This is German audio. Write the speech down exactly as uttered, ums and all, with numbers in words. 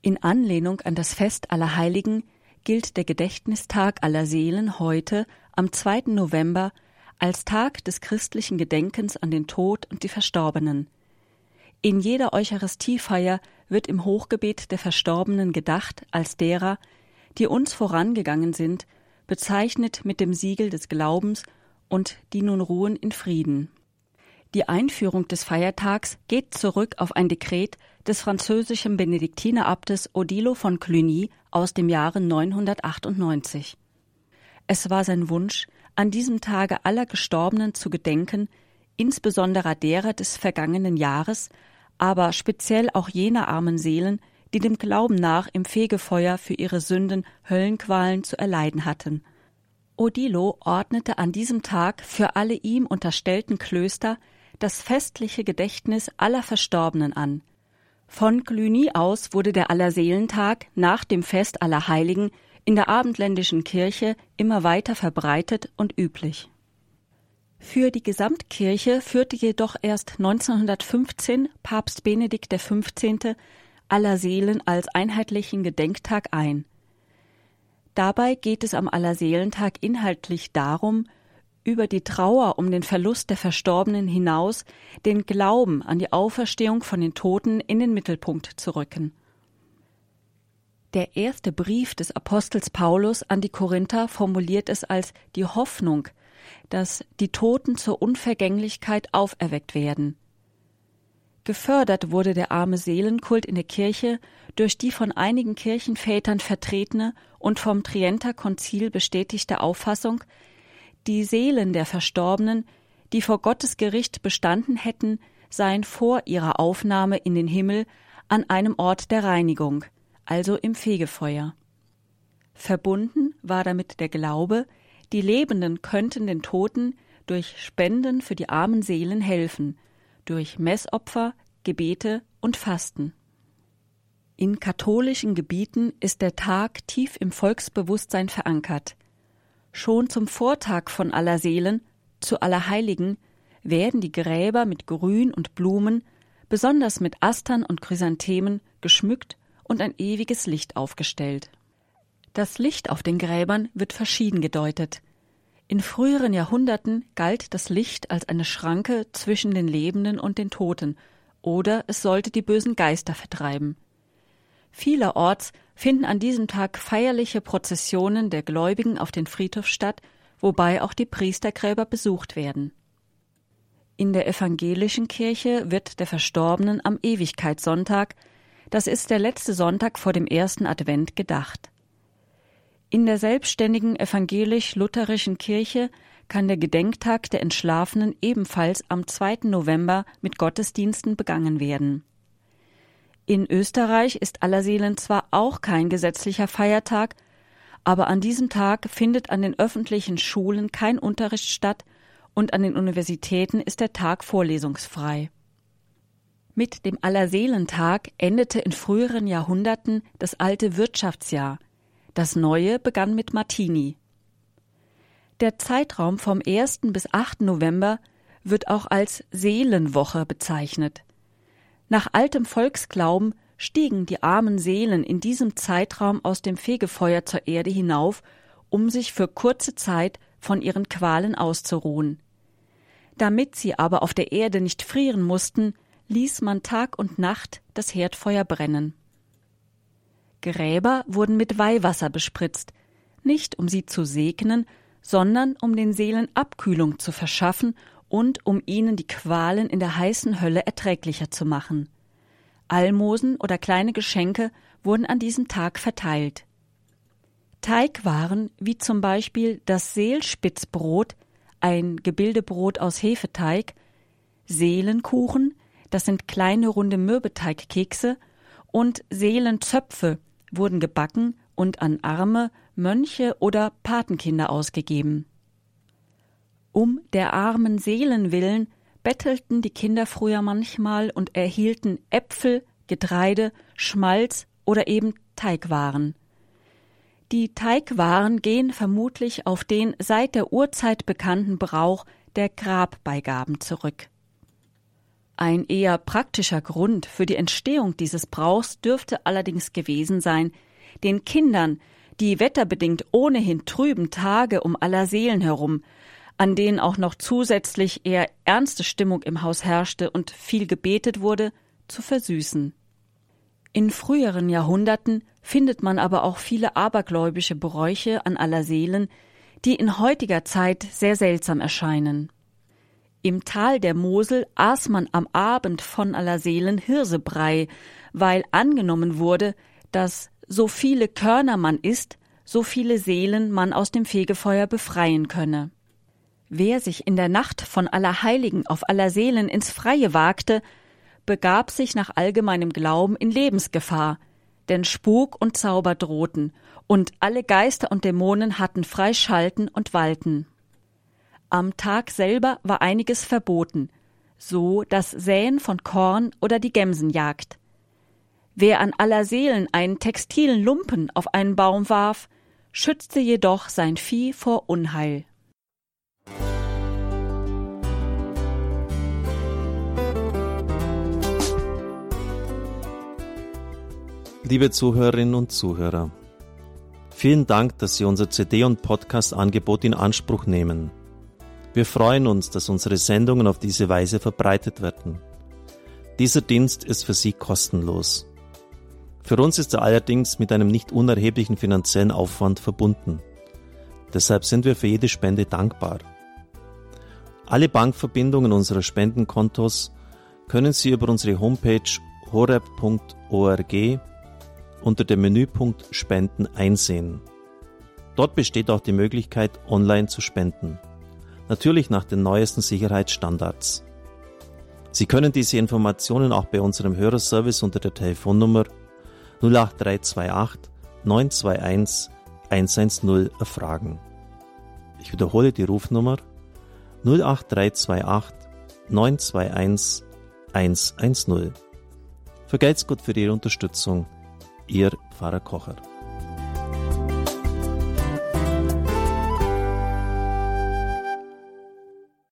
In Anlehnung an das Fest aller Heiligen gilt der Gedächtnistag aller Seelen heute am zweiten November als Tag des christlichen Gedenkens an den Tod und die Verstorbenen. In jeder Eucharistiefeier wird im Hochgebet der Verstorbenen gedacht als derer, die uns vorangegangen sind, bezeichnet mit dem Siegel des Glaubens und die nun ruhen in Frieden. Die Einführung des Feiertags geht zurück auf ein Dekret des französischen Benediktinerabtes Odilo von Cluny aus dem Jahre neunhundertachtundneunzig. Es war sein Wunsch, an diesem Tage aller Gestorbenen zu gedenken, insbesondere derer des vergangenen Jahres, aber speziell auch jener armen Seelen, die dem Glauben nach im Fegefeuer für ihre Sünden Höllenqualen zu erleiden hatten. Odilo ordnete an diesem Tag für alle ihm unterstellten Klöster das festliche Gedächtnis aller Verstorbenen an. Von Cluny aus wurde der Allerseelentag nach dem Fest aller Heiligen in der abendländischen Kirche immer weiter verbreitet und üblich. Für die Gesamtkirche führte jedoch erst neunzehnhundertfünfzehn Papst Benedikt der Fünfzehnte Allerseelen als einheitlichen Gedenktag ein. Dabei geht es am Allerseelentag inhaltlich darum, über die Trauer um den Verlust der Verstorbenen hinaus den Glauben an die Auferstehung von den Toten in den Mittelpunkt zu rücken. Der erste Brief des Apostels Paulus an die Korinther formuliert es als die Hoffnung, dass die Toten zur Unvergänglichkeit auferweckt werden. Gefördert wurde der arme Seelenkult in der Kirche durch die von einigen Kirchenvätern vertretene und vom Trienter Konzil bestätigte Auffassung, die Seelen der Verstorbenen, die vor Gottes Gericht bestanden hätten, seien vor ihrer Aufnahme in den Himmel an einem Ort der Reinigung, also im Fegefeuer. Verbunden war damit der Glaube, die Lebenden könnten den Toten durch Spenden für die armen Seelen helfen, durch Messopfer, Gebete und Fasten. In katholischen Gebieten ist der Tag tief im Volksbewusstsein verankert. Schon zum Vortag von Allerseelen, zu Allerheiligen, werden die Gräber mit Grün und Blumen, besonders mit Astern und Chrysanthemen, geschmückt und ein ewiges Licht aufgestellt. Das Licht auf den Gräbern wird verschieden gedeutet. In früheren Jahrhunderten galt das Licht als eine Schranke zwischen den Lebenden und den Toten, oder es sollte die bösen Geister vertreiben. Vielerorts finden an diesem Tag feierliche Prozessionen der Gläubigen auf den Friedhof statt, wobei auch die Priestergräber besucht werden. In der evangelischen Kirche wird der Verstorbenen am Ewigkeitssonntag, das ist der letzte Sonntag vor dem ersten Advent, gedacht. In der selbstständigen evangelisch-lutherischen Kirche kann der Gedenktag der Entschlafenen ebenfalls am zweiten November mit Gottesdiensten begangen werden. In Österreich ist Allerseelen zwar auch kein gesetzlicher Feiertag, aber an diesem Tag findet an den öffentlichen Schulen kein Unterricht statt und an den Universitäten ist der Tag vorlesungsfrei. Mit dem Allerseelentag endete in früheren Jahrhunderten das alte Wirtschaftsjahr. Das neue begann mit Martini. Der Zeitraum vom ersten bis achten November wird auch als Seelenwoche bezeichnet. Nach altem Volksglauben stiegen die armen Seelen in diesem Zeitraum aus dem Fegefeuer zur Erde hinauf, um sich für kurze Zeit von ihren Qualen auszuruhen. Damit sie aber auf der Erde nicht frieren mussten, ließ man Tag und Nacht das Herdfeuer brennen. Gräber wurden mit Weihwasser bespritzt, nicht um sie zu segnen, sondern um den Seelen Abkühlung zu verschaffen und um ihnen die Qualen in der heißen Hölle erträglicher zu machen. Almosen oder kleine Geschenke wurden an diesem Tag verteilt. Teigwaren, wie zum Beispiel das Seelspitzbrot, ein Gebildebrot aus Hefeteig, Seelenkuchen, das sind kleine runde Mürbeteigkekse, und Seelenzöpfe wurden gebacken und an Arme, Mönche oder Patenkinder ausgegeben. Um der armen Seelen willen bettelten die Kinder früher manchmal und erhielten Äpfel, Getreide, Schmalz oder eben Teigwaren. Die Teigwaren gehen vermutlich auf den seit der Urzeit bekannten Brauch der Grabbeigaben zurück. Ein eher praktischer Grund für die Entstehung dieses Brauchs dürfte allerdings gewesen sein, den Kindern die wetterbedingt ohnehin trüben Tage um Allerseelen herum, an denen auch noch zusätzlich eher ernste Stimmung im Haus herrschte und viel gebetet wurde, zu versüßen. In früheren Jahrhunderten findet man aber auch viele abergläubische Bräuche an Allerseelen, die in heutiger Zeit sehr seltsam erscheinen. Im Tal der Mosel aß man am Abend von Allerseelen Hirsebrei, weil angenommen wurde, dass so viele Körner man isst, so viele Seelen man aus dem Fegefeuer befreien könne. Wer sich in der Nacht von Allerheiligen auf Allerseelen ins Freie wagte, begab sich nach allgemeinem Glauben in Lebensgefahr, denn Spuk und Zauber drohten, und alle Geister und Dämonen hatten frei Schalten und Walten. Am Tag selber war einiges verboten, so das Säen von Korn oder die Gemsenjagd. Wer an Allerseelen einen textilen Lumpen auf einen Baum warf, schützte jedoch sein Vieh vor Unheil. Liebe Zuhörerinnen und Zuhörer, vielen Dank, dass Sie unser C D- und Podcast-Angebot in Anspruch nehmen. Wir freuen uns, dass unsere Sendungen auf diese Weise verbreitet werden. Dieser Dienst ist für Sie kostenlos. Für uns ist er allerdings mit einem nicht unerheblichen finanziellen Aufwand verbunden. Deshalb sind wir für jede Spende dankbar. Alle Bankverbindungen unserer Spendenkontos können Sie über unsere Homepage horeb punkt org unter dem Menüpunkt Spenden einsehen. Dort besteht auch die Möglichkeit, online zu spenden. Natürlich nach den neuesten Sicherheitsstandards. Sie können diese Informationen auch bei unserem Hörerservice unter der Telefonnummer null acht drei zwei acht neun zwei eins eins eins null erfragen. Ich wiederhole die Rufnummer null acht drei zwei acht neun zwei eins eins eins null. Vergelt's Gott für Ihre Unterstützung. Ihr Pfarrer Kocher.